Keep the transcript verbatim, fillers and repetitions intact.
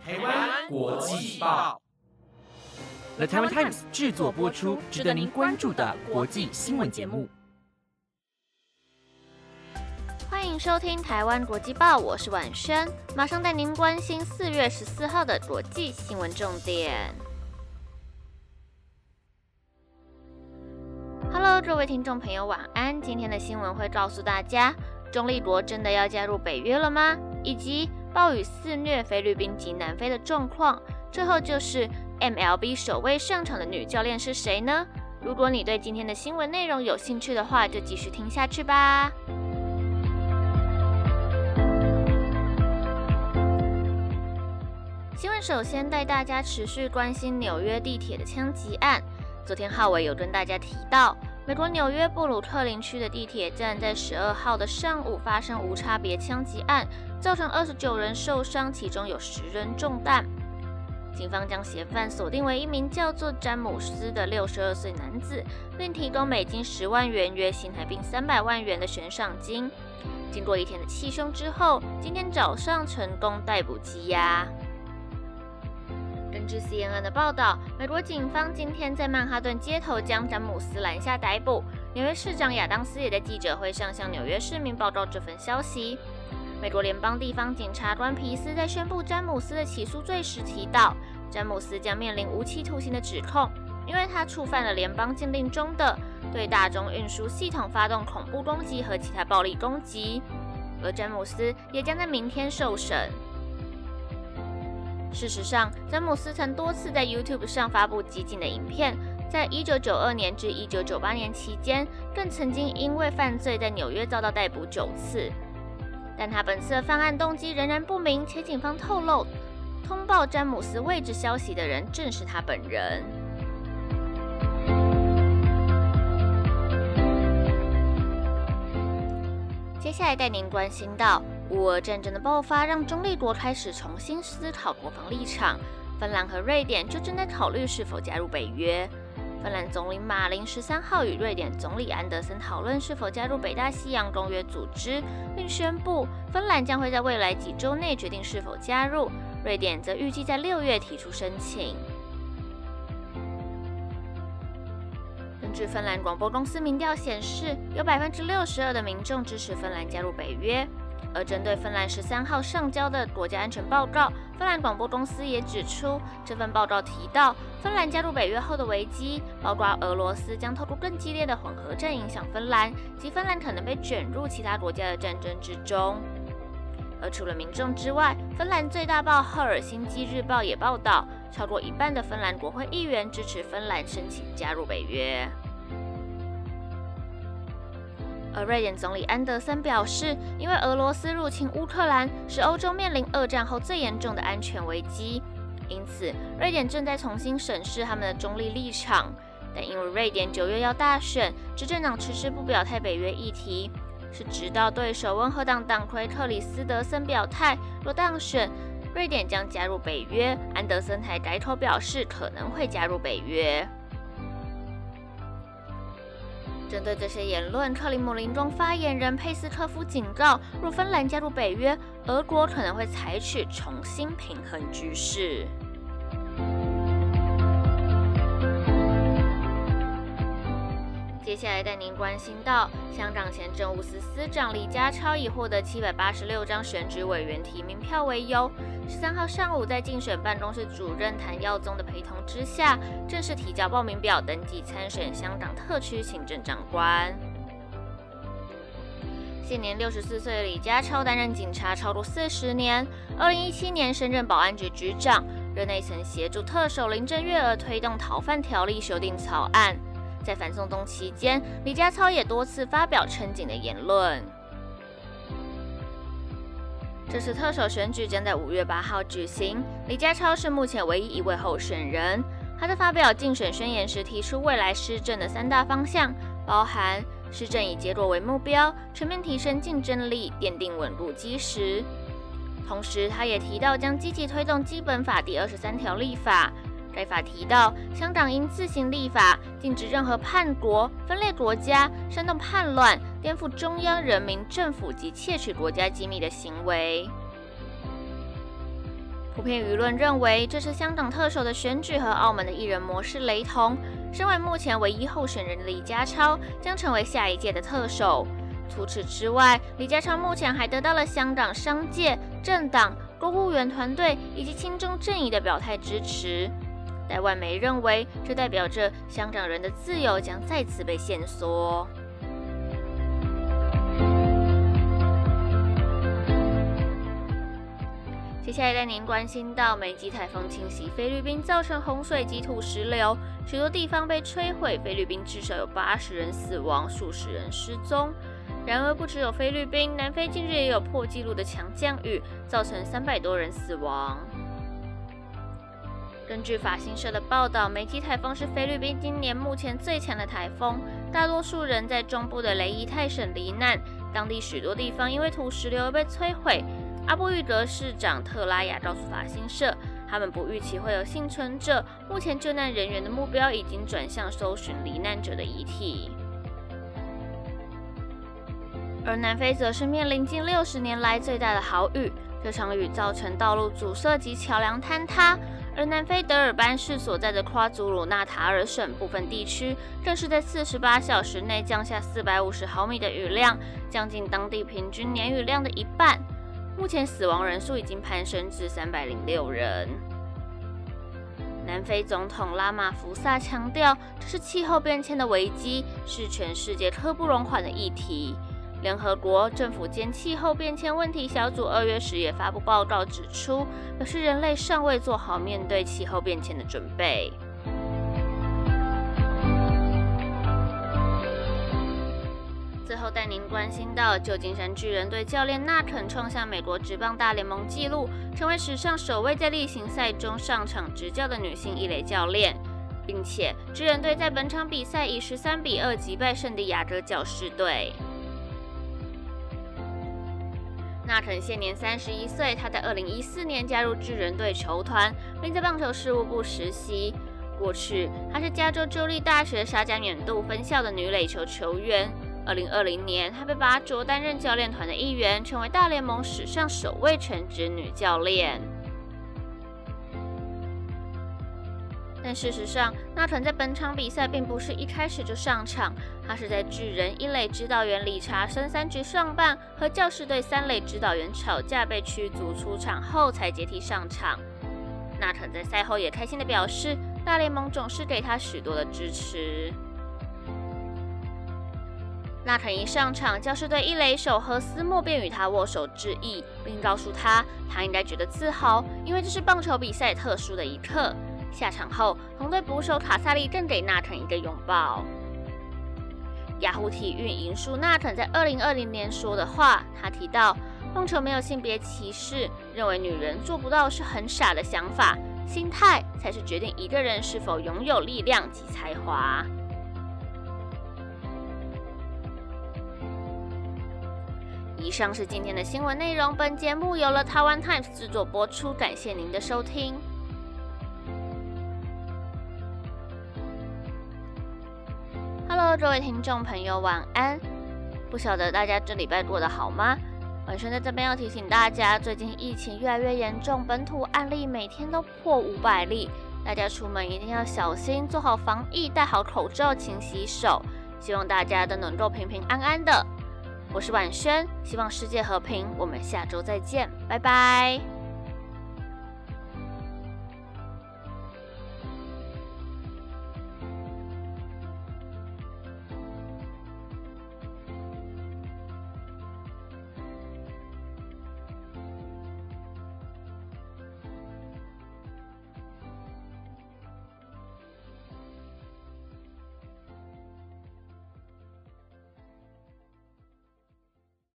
台湾国际报 The Taiwan Times 制作播出，值得您关注的国际新闻节目。 欢迎收听台湾国际报，我是婉萱，马上带您关心四月十四号的国际新闻重点。Hello， 各位听众朋友，晚安。今天的新闻会告诉大家，中立国真的要加入北约了吗？以及暴雨肆虐菲律宾及南非的状况。最后就是 M L B 首位上场的女教练是谁呢？如果你对今天的新闻内容有兴趣的话，就继续听下去吧。新闻首先带大家持续关心纽约地铁的枪击案。昨天浩伟有跟大家提到，美国纽约布鲁克林区的地铁站在十二号的上午发生无差别枪击案，造成二十九人受伤，其中有十人中弹。警方将嫌犯锁定为一名叫做詹姆斯的六十二岁男子，并提供美金十万元（约新台币三百万元）的悬赏金。经过一天的气凶之后，今天早上成功逮捕羁押。根据 C N N 的报道，美国警方今天在曼哈顿街头将詹姆斯拦下逮捕。纽约市长亚当斯也在记者会上向纽约市民报告这份消息。美国联邦地方检察官皮斯在宣布詹姆斯的起诉罪时提到，詹姆斯将面临无期徒刑的指控，因为他触犯了联邦禁令中的对大众运输系统发动恐怖攻击和其他暴力攻击。而詹姆斯也将在明天受审。事实上，詹姆斯曾多次在 YouTube 上发布激进的影片，在一九九二年至一九九八年期间，更曾经因为犯罪在纽约遭到逮捕九次。但他本次的犯案动机仍然不明，且警方透露，通报詹姆斯位置消息的人正是他本人。接下来带您关心到，乌俄战争的爆发让中立国开始重新思考国防立场，芬兰和瑞典就正在考虑是否加入北约。芬兰总理马林十三号与瑞典总理安德森讨论是否加入北大西洋公约组织，并宣布芬兰将会在未来几周内决定是否加入，瑞典则预计在六月提出申请。根据芬兰广播公司民调显示，有 百分之六十二 的民众支持芬兰加入北约。而针对芬兰十三号上交的国家安全报告，芬兰广播公司也指出，这份报告提到，芬兰加入北约后的危机，包括俄罗斯将透过更激烈的混合战影响芬兰，及芬兰可能被卷入其他国家的战争之中。而除了民众之外，芬兰最大报赫尔辛基日报也报道，超过一半的芬兰国会议员支持芬兰申请加入北约。而瑞典总理安德森表示，因为俄罗斯入侵乌克兰，使欧洲面临二战后最严重的安全危机，因此瑞典正在重新审视他们的中立立场。但因为瑞典九月要大选，执政党迟迟不表态北约议题，是直到对手温和党党魁克里斯德森表态，若当选，瑞典将加入北约，安德森才改口表示可能会加入北约。针对这些言论，克里姆林宫发言人佩斯科夫警告，若芬兰加入北约，俄国可能会采取重新平衡局势。接下来带您关心到，香港前政务司司长李家超以获得七百八十六张选举委员提名票为由，十三号上午在竞选办公室主任谭耀宗的陪同之下，正式提交报名表登记参选香港特区行政长官。现年六十四岁的李家超担任警察超过四十年，二零一七年升任保安局局长，任内曾协助特首林郑月娥推动逃犯条例修订草案。在反送中期间，李家超也多次发表称警的言论。这次特首选举将在五月八号举行，李家超是目前唯一一位候选人。他在发表竞选宣言时提出未来施政的三大方向，包含施政以结果为目标，全面提升竞争力，奠定稳固基石。同时，他也提到将积极推动基本法第二十三条立法。该法提到，香港应自行立法，禁止任何叛国、分裂国家、煽动叛乱、颠覆中央人民政府及窃取国家机密的行为。 普遍舆论认为，这次香港特首的选举和澳门的艺人模式雷同。身为目前唯一候选人的李家超将成为下一届的特首。除此之外，李家超目前还得到了香港商界、政党、公务员团队以及亲中阵营的表态支持。但外媒认为，这代表着香港人的自由将再次被限缩。接下来带您关心到美级台风侵袭菲律宾，造成洪水及土石流，许多地方被摧毁，菲律宾至少有八十人死亡，数十人失踪。然而，不只有菲律宾，南非近日也有破纪录的强降雨，造成三百多人死亡。根据法新社的报道，美级台风是菲律宾今年目前最强的台风，大多数人在中部的雷伊泰省罹难，当地许多地方因为土石流而被摧毁。阿布育德市长特拉雅告诉法新社，他们不预期会有幸存者，目前救难人员的目标已经转向搜寻罹难者的遗体。而南非则是面临近六十年来最大的豪雨，这场雨造成道路阻塞及桥梁坍塌，而南非德尔班市所在的夸祖鲁纳塔尔省部分地区，更是在四十八小时内降下四百五十毫米的雨量，将近当地平均年雨量的一半。目前死亡人数已经攀升至三百零六人。南非总统拉马福萨强调，这是气候变迁的危机，是全世界刻不容缓的议题。联合国政府间气候变迁问题小组二月时也发布报告指出，表示人类尚未做好面对气候变迁的准备。最后带您关心到，旧金山巨人队教练纳肯创下美国职棒大联盟纪录，成为史上首位在例行赛中上场执教的女性一垒教练，并且巨人队在本场比赛以十三比二击败圣地亚哥教士队。纳肯现年三十一岁，他在二零一四年加入巨人队球团，并在棒球事务部实习。过去，他是加州州立大学沙加缅度分校的女垒球球员。二零二零年，他被拔擢担任教练团的一员，成为大联盟史上首位全职女教练。但事实上，纳肯在本场比赛并不是一开始就上场，他是在巨人一垒指导员理查森三局上半和教士队三垒指导员吵架被驱逐出场后才接替上场。纳肯在赛后也开心地表示，大联盟总是给他许多的支持。纳肯一上场，教士队一垒手何斯莫便与他握手致意，并告诉他，他应该觉得自豪，因为这是棒球比赛特殊的一刻。下场后，红队捕手卡萨利更给纳肯一个拥抱。雅虎体育引述纳肯在二零二零年说的话，他提到，棒球没有性别歧视，认为女人做不到是很傻的想法，心态才是决定一个人是否拥有力量及才华。以上是今天的新闻内容，本节目由了台湾 Times 制作播出，感谢您的收听。Hello， 各位听众朋友，晚安。不晓得大家这礼拜过得好吗？晚上在这边要提醒大家，最近疫情越来越严重，本土案例每天都破五百例，大家出门一定要小心，做好防疫，戴好口罩，勤洗手。希望大家都能够平平安安的。我是婉萱，希望世界和平。我们下周再见，拜拜。